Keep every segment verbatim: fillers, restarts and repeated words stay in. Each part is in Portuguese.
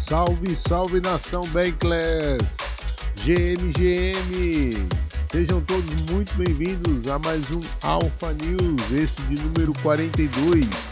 Salve, salve nação Bankless! G M G M! Sejam todos muito bem-vindos a mais um Alpha News, esse de número quarenta e dois.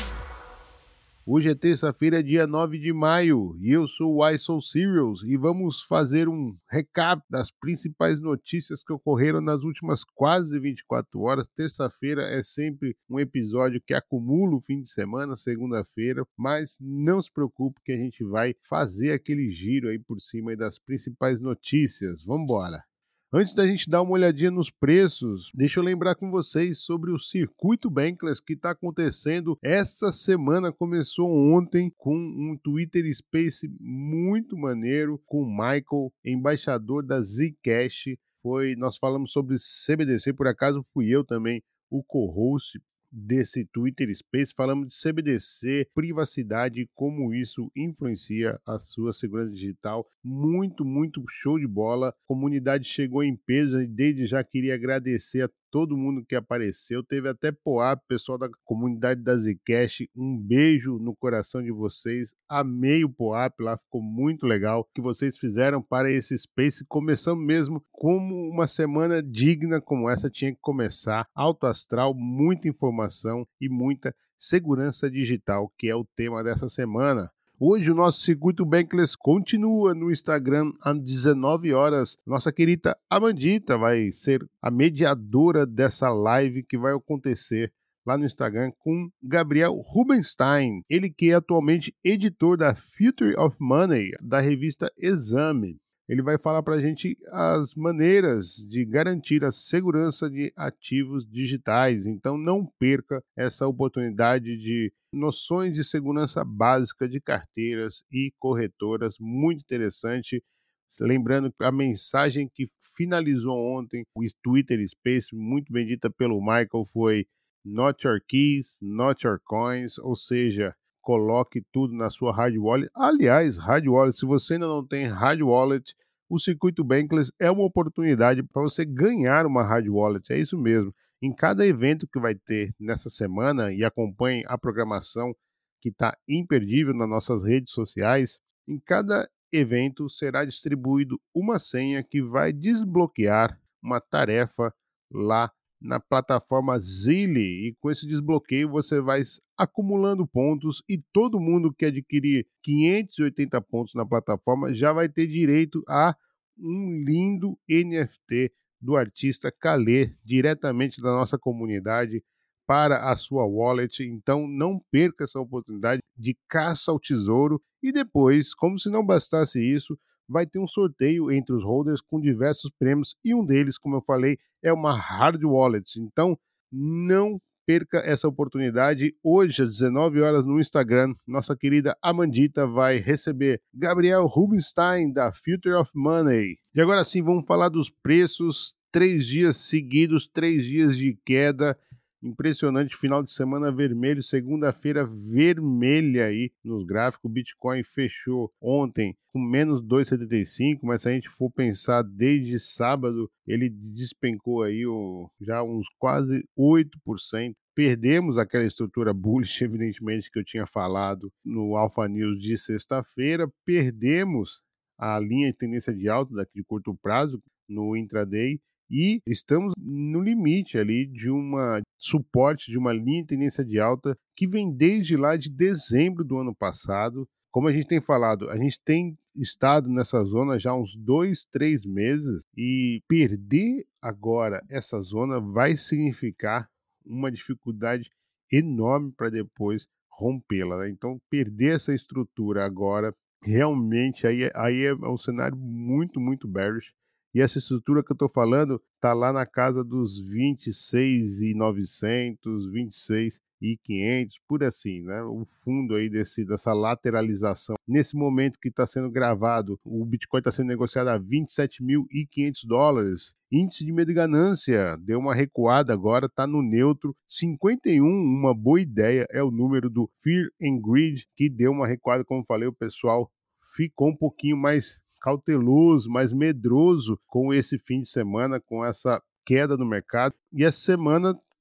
Hoje é terça-feira, dia nove de maio, e eu sou o I So Serious e vamos fazer um recap das principais notícias que ocorreram nas últimas quase vinte e quatro horas. Terça-feira é sempre um episódio que acumula o fim de semana, segunda-feira, mas não se preocupe que a gente vai fazer aquele giro aí por cima aí das principais notícias. Vamos embora! Antes da gente dar uma olhadinha nos preços, deixa eu lembrar com vocês sobre o Circuito Bankless que está acontecendo essa semana. Começou ontem com um Twitter Space muito maneiro com o Michael, embaixador da Zcash. Foi, nós falamos sobre C B D C, por acaso fui eu também o co-host desse Twitter Space. Falamos de C B D C, privacidade e como isso influencia a sua segurança digital. Muito, muito show de bola. A comunidade chegou em peso e desde já queria agradecer a todo mundo que apareceu. Teve até Poap, pessoal da comunidade da Zcash. Um beijo no coração de vocês. Amei o Poap lá, ficou muito legal o que vocês fizeram para esse Space. Começamos mesmo como uma semana digna como essa tinha que começar. Alto astral, muita informação e muita segurança digital, que é o tema dessa semana. Hoje o nosso Circuito Bankless continua no Instagram às dezenove horas. Nossa querida Amandita vai ser a mediadora dessa live que vai acontecer lá no Instagram com Gabriel Rubenstein. Ele que é atualmente editor da Future of Money, da revista Exame. Ele vai falar para a gente as maneiras de garantir a segurança de ativos digitais. Então não perca essa oportunidade de noções de segurança básica de carteiras e corretoras. Muito interessante. Lembrando que a mensagem que finalizou ontem o Twitter Space, muito bem dita pelo Michael, foi Not your keys, not your coins, ou seja, coloque tudo na sua hard wallet. Aliás, hard wallet, se você ainda não tem hard wallet, o Circuito Bankless é uma oportunidade para você ganhar uma hard wallet. É isso mesmo. Em cada evento que vai ter nessa semana, e acompanhe a programação que está imperdível nas nossas redes sociais, em cada evento será distribuído uma senha que vai desbloquear uma tarefa lá na plataforma Zilli, e com esse desbloqueio você vai acumulando pontos e todo mundo que adquirir quinhentos e oitenta pontos na plataforma já vai ter direito a um lindo N F T do artista Kalé, diretamente da nossa comunidade para a sua wallet. Então não perca essa oportunidade de caça ao tesouro. E depois, como se não bastasse isso, vai ter um sorteio entre os holders com diversos prêmios e um deles, como eu falei, é uma hard wallet. Então não perca essa oportunidade. Hoje às dezenove horas no Instagram, nossa querida Amandita vai receber Gabriel Rubenstein da Future of Money. E agora sim, vamos falar dos preços. Três dias seguidos, três dias de queda. Impressionante, final de semana vermelho, segunda-feira vermelha aí nos gráficos. O Bitcoin fechou ontem com menos dois vírgula setenta e cinco, mas se a gente for pensar desde sábado, ele despencou aí o, já uns quase oito por cento. Perdemos aquela estrutura bullish, evidentemente, que eu tinha falado no Alpha News de sexta-feira. Perdemos a linha de tendência de alta daqui de curto prazo no intraday. E estamos no limite ali de uma suporte de uma linha de tendência de alta que vem desde lá de dezembro do ano passado. Como a gente tem falado, a gente tem estado nessa zona já há uns dois, três meses e perder agora essa zona vai significar uma dificuldade enorme para depois rompê-la, né? Então perder essa estrutura agora realmente aí, aí é um cenário muito, muito bearish. E essa estrutura que eu estou falando está lá na casa dos vinte e seis mil e novecentos, vinte e seis mil e quinhentos, por assim, né? O fundo aí desse, dessa lateralização. Nesse momento que está sendo gravado, o Bitcoin está sendo negociado a vinte e sete mil e quinhentos dólares. Índice de medo e ganância deu uma recuada agora, está no neutro. cinquenta e um, uma boa ideia, é o número do Fear and Greed, que deu uma recuada, como falei, o pessoal ficou um pouquinho mais cauteloso, mais medroso com esse fim de semana, com essa queda no mercado. E essa semana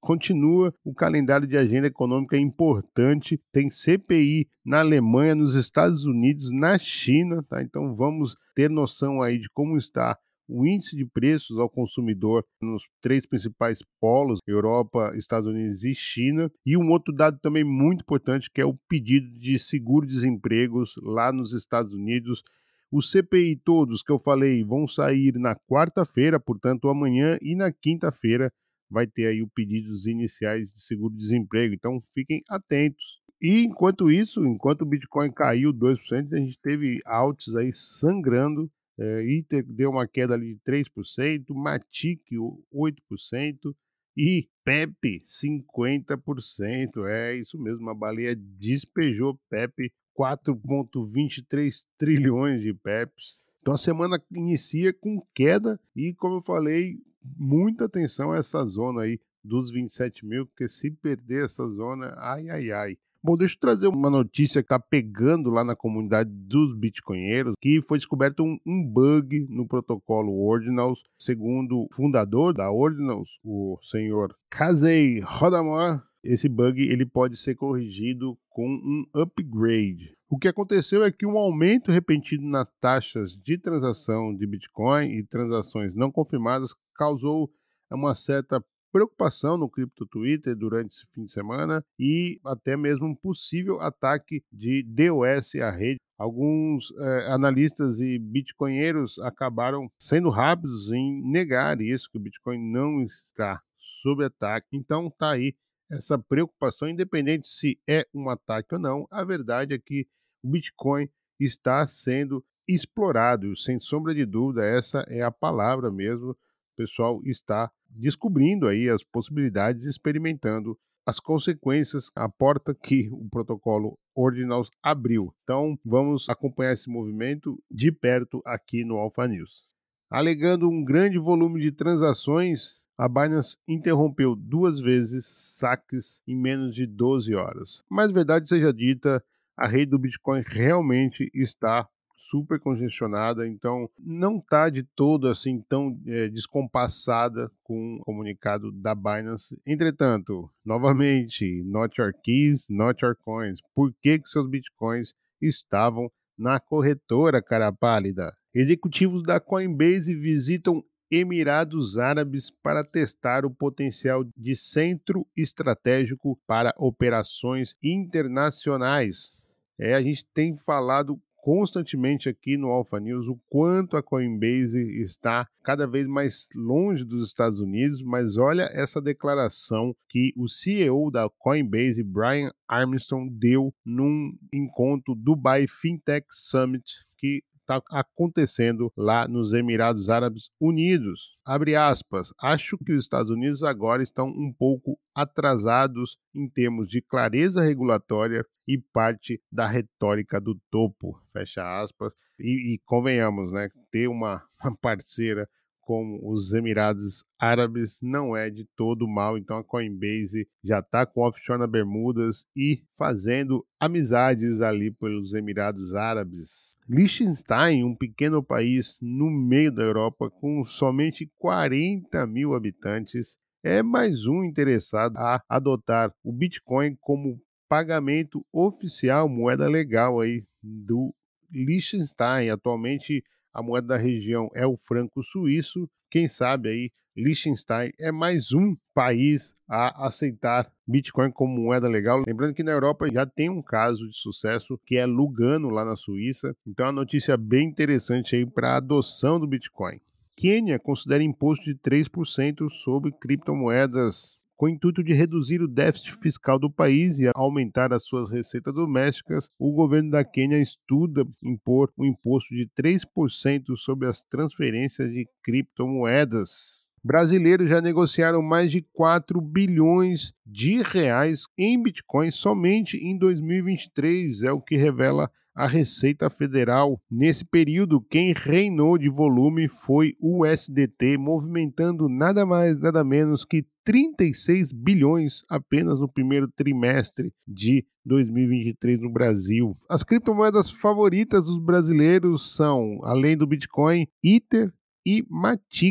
continua o calendário de agenda econômica importante, tem C P I na Alemanha, nos Estados Unidos, na China, tá? Então vamos ter noção aí de como está o índice de preços ao consumidor nos três principais polos, Europa, Estados Unidos e China. E um outro dado também muito importante, que é o pedido de seguro-desempregos lá nos Estados Unidos. Os C P I todos que eu falei vão sair na quarta-feira, portanto amanhã, e na quinta-feira vai ter aí o pedidos iniciais de seguro-desemprego. Então fiquem atentos. E enquanto isso, enquanto o Bitcoin caiu dois por cento, a gente teve altos aí sangrando. É, Ether deu uma queda ali de três por cento, Matic oito por cento e Pepe cinquenta por cento. É isso mesmo, a baleia despejou Pepe, quatro vírgula vinte e três trilhões de Peps. Então a semana inicia com queda e, como eu falei, muita atenção a essa zona aí dos vinte e sete mil, porque se perder essa zona, ai, ai, ai. Bom, deixa eu trazer uma notícia que está pegando lá na comunidade dos bitcoinheiros, que foi descoberto um, um bug no protocolo Ordinals. Segundo o fundador da Ordinals, o senhor Casey Rodamor, esse bug ele pode ser corrigido com um upgrade. O que aconteceu é que um aumento repentino nas taxas de transação de Bitcoin e transações não confirmadas causou uma certa preocupação no Crypto Twitter durante esse fim de semana e até mesmo um possível ataque de DOS à rede. Alguns eh, analistas e bitcoinheiros acabaram sendo rápidos em negar isso, que o Bitcoin não está sob ataque. Então tá aí essa preocupação, independente se é um ataque ou não. A verdade é que o Bitcoin está sendo explorado, sem sombra de dúvida, essa é a palavra mesmo. O pessoal está descobrindo aí as possibilidades, experimentando as consequências, a porta que o protocolo Ordinals abriu. Então, vamos acompanhar esse movimento de perto aqui no Alpha News. Alegando um grande volume de transações, a Binance interrompeu duas vezes saques em menos de doze horas. Mas, verdade seja dita, a rede do Bitcoin realmente está super congestionada, então não está de todo assim tão é, descompassada com o comunicado da Binance. Entretanto, novamente, not your keys, not your coins. Por que que seus bitcoins estavam na corretora, cara pálida? Executivos da Coinbase visitam Emirados Árabes para testar o potencial de centro estratégico para operações internacionais. É, a gente tem falado constantemente aqui no Alpha News o quanto a Coinbase está cada vez mais longe dos Estados Unidos, mas olha essa declaração que o C E O da Coinbase, Brian Armstrong, deu num encontro Dubai Fintech Summit que está acontecendo lá nos Emirados Árabes Unidos. Abre aspas, acho que os Estados Unidos agora estão um pouco atrasados em termos de clareza regulatória e parte da retórica do topo, fecha aspas. E, e convenhamos, né, ter uma, uma parceira como os Emirados Árabes não é de todo mal, então a Coinbase já está com offshore na Bermudas e fazendo amizades ali pelos Emirados Árabes. Liechtenstein, um pequeno país no meio da Europa com somente quarenta mil habitantes, é mais um interessado a adotar o Bitcoin como pagamento oficial, moeda legal aí do Liechtenstein. Atualmente a moeda da região é o franco suíço. Quem sabe aí Liechtenstein é mais um país a aceitar Bitcoin como moeda legal. Lembrando que na Europa já tem um caso de sucesso que é Lugano lá na Suíça. Então é uma notícia bem interessante aí para a adoção do Bitcoin. Quênia considera imposto de três por cento sobre criptomoedas com o intuito de reduzir o déficit fiscal do país e aumentar as suas receitas domésticas. O governo da Quênia estuda impor um imposto de três por cento sobre as transferências de criptomoedas. Brasileiros já negociaram mais de quatro bilhões de reais em Bitcoin somente em dois mil e vinte e três, é o que revela a Receita Federal. Nesse período, quem reinou de volume foi o U S D T, movimentando nada mais, nada menos que trinta e seis bilhões apenas no primeiro trimestre de dois mil e vinte e três no Brasil. As criptomoedas favoritas dos brasileiros são, além do Bitcoin, Ether e Matic.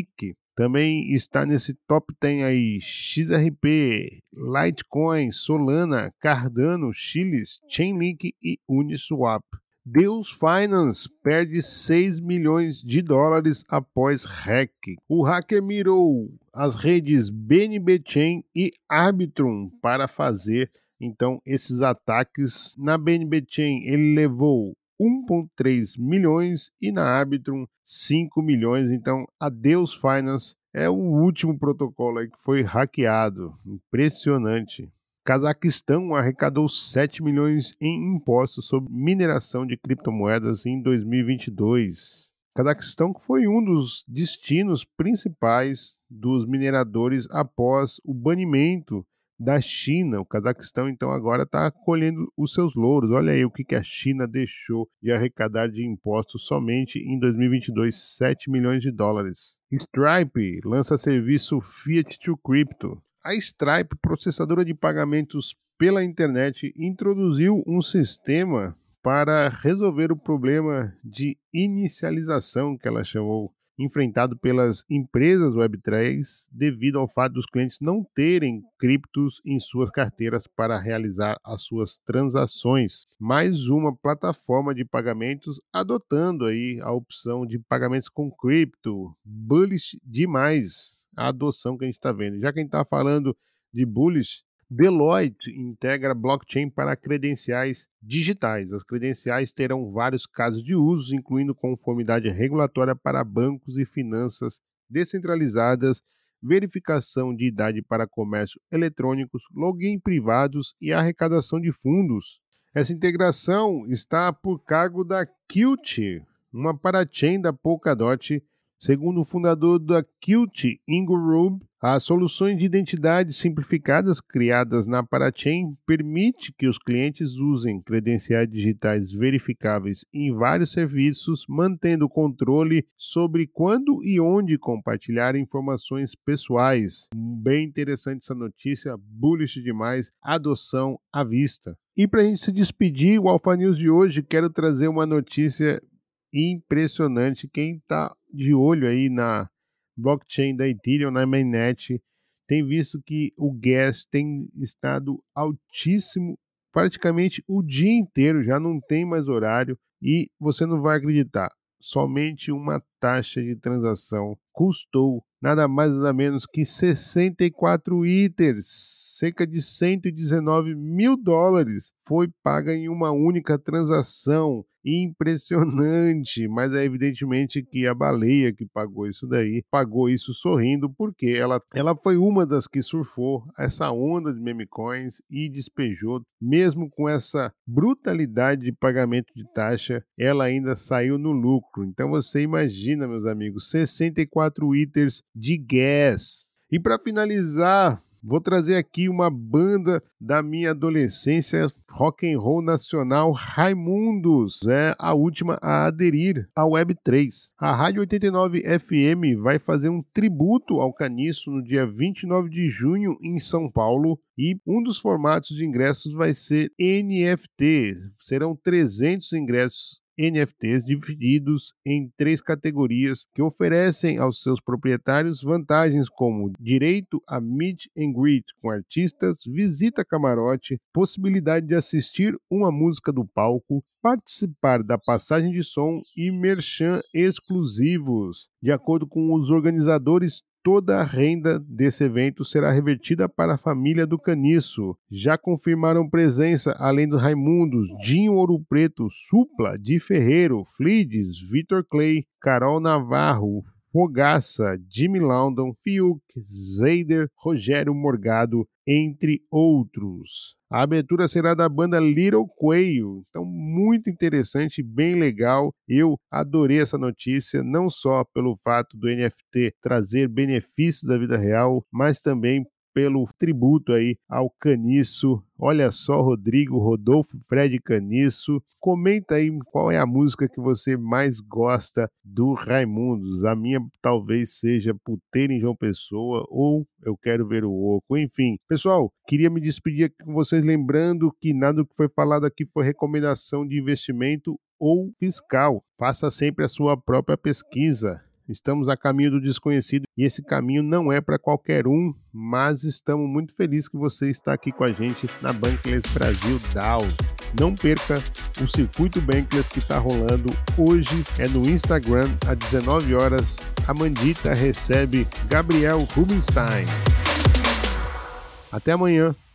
Também está nesse top dez aí X R P, Litecoin, Solana, Cardano, Chilis, Chainlink e Uniswap. Deus Finance perde seis milhões de dólares após hack. O hacker mirou as redes B N B Chain e Arbitrum para fazer então esses ataques. Na B N B Chain ele levou um vírgula três milhões e na Arbitrum cinco milhões. Então a Deus Finance é o último protocolo aí que foi hackeado. Impressionante. Cazaquistão arrecadou sete milhões em impostos sobre mineração de criptomoedas em dois mil e vinte e dois. Cazaquistão foi um dos destinos principais dos mineradores após o banimento da China. O Cazaquistão, então, agora está colhendo os seus louros. Olha aí o que a China deixou de arrecadar de impostos somente em dois mil e vinte e dois, sete milhões de dólares. Stripe lança serviço Fiat to Crypto. A Stripe, processadora de pagamentos pela internet, introduziu um sistema para resolver o problema de inicialização, que ela chamou, enfrentado pelas empresas web três devido ao fato dos clientes não terem criptos em suas carteiras para realizar as suas transações. Mais uma plataforma de pagamentos adotando aí a opção de pagamentos com cripto. Bullish demais a adoção que a gente está vendo. Já que a gente está falando de bullish, Deloitte integra blockchain para credenciais digitais. As credenciais terão vários casos de uso, incluindo conformidade regulatória para bancos e finanças descentralizadas, verificação de idade para comércio eletrônicos, login privados e arrecadação de fundos. Essa integração está por cargo da Qt, uma parachain da Polkadot. Segundo o fundador da Qt, Ingo Rube, as soluções de identidade simplificadas criadas na parachain permite que os clientes usem credenciais digitais verificáveis em vários serviços, mantendo controle sobre quando e onde compartilhar informações pessoais. Bem interessante essa notícia, bullish demais, adoção à vista. E para a gente se despedir, o Alpha News de hoje, quero trazer uma notícia impressionante. Quem está de olho aí na blockchain da Ethereum, na mainnet, tem visto que o gas tem estado altíssimo praticamente o dia inteiro, já não tem mais horário e você não vai acreditar, somente uma taxa de transação custou nada mais nada menos que sessenta e quatro ethers, cerca de cento e dezenove mil dólares, foi paga em uma única transação. Impressionante, mas é evidentemente que a baleia que pagou isso daí, pagou isso sorrindo, porque ela, ela foi uma das que surfou essa onda de meme coins e despejou, mesmo com essa brutalidade de pagamento de taxa, ela ainda saiu no lucro. Então você imagina, meus amigos, sessenta e quatro ethers de gas. E para finalizar, vou trazer aqui uma banda da minha adolescência, rock and roll nacional, Raimundos, é a última a aderir à web três. A Rádio oitenta e nove F M vai fazer um tributo ao Caniço no dia vinte e nove de junho em São Paulo e um dos formatos de ingressos vai ser N F T. Serão trezentos ingressos N F Ts divididos em três categorias que oferecem aos seus proprietários vantagens como direito a meet and greet com artistas, visita camarote, possibilidade de assistir uma música do palco, participar da passagem de som e merchan exclusivos. De acordo com os organizadores, toda a renda desse evento será revertida para a família do Caniço. Já confirmaram presença, além dos Raimundos, Dinho Ouro Preto, Supla, Di Ferreiro, Flides, Vitor Clay, Carol Navarro, Fogaça, Jimmy London, Fiuk, Zeider, Rogério Morgado, entre outros. A abertura será da banda Little Coelho, então muito interessante, bem legal. Eu adorei essa notícia, não só pelo fato do N F T trazer benefícios da vida real, mas também pelo tributo aí ao Caniço. Olha só, Rodrigo, Rodolfo, Fred Caniço. Comenta aí qual é a música que você mais gosta do Raimundos. A minha talvez seja Puteiro em João Pessoa ou Eu Quero Ver o Oco. Enfim, pessoal, queria me despedir aqui com vocês lembrando que nada do que foi falado aqui foi recomendação de investimento ou fiscal. Faça sempre a sua própria pesquisa. Estamos a caminho do desconhecido e esse caminho não é para qualquer um, mas estamos muito felizes que você está aqui com a gente na Bankless Brasil D A O. Não perca o Circuito Bankless que está rolando hoje, é no Instagram, às dezenove horas. A Mandita recebe Gabriel Rubinstein. Até amanhã.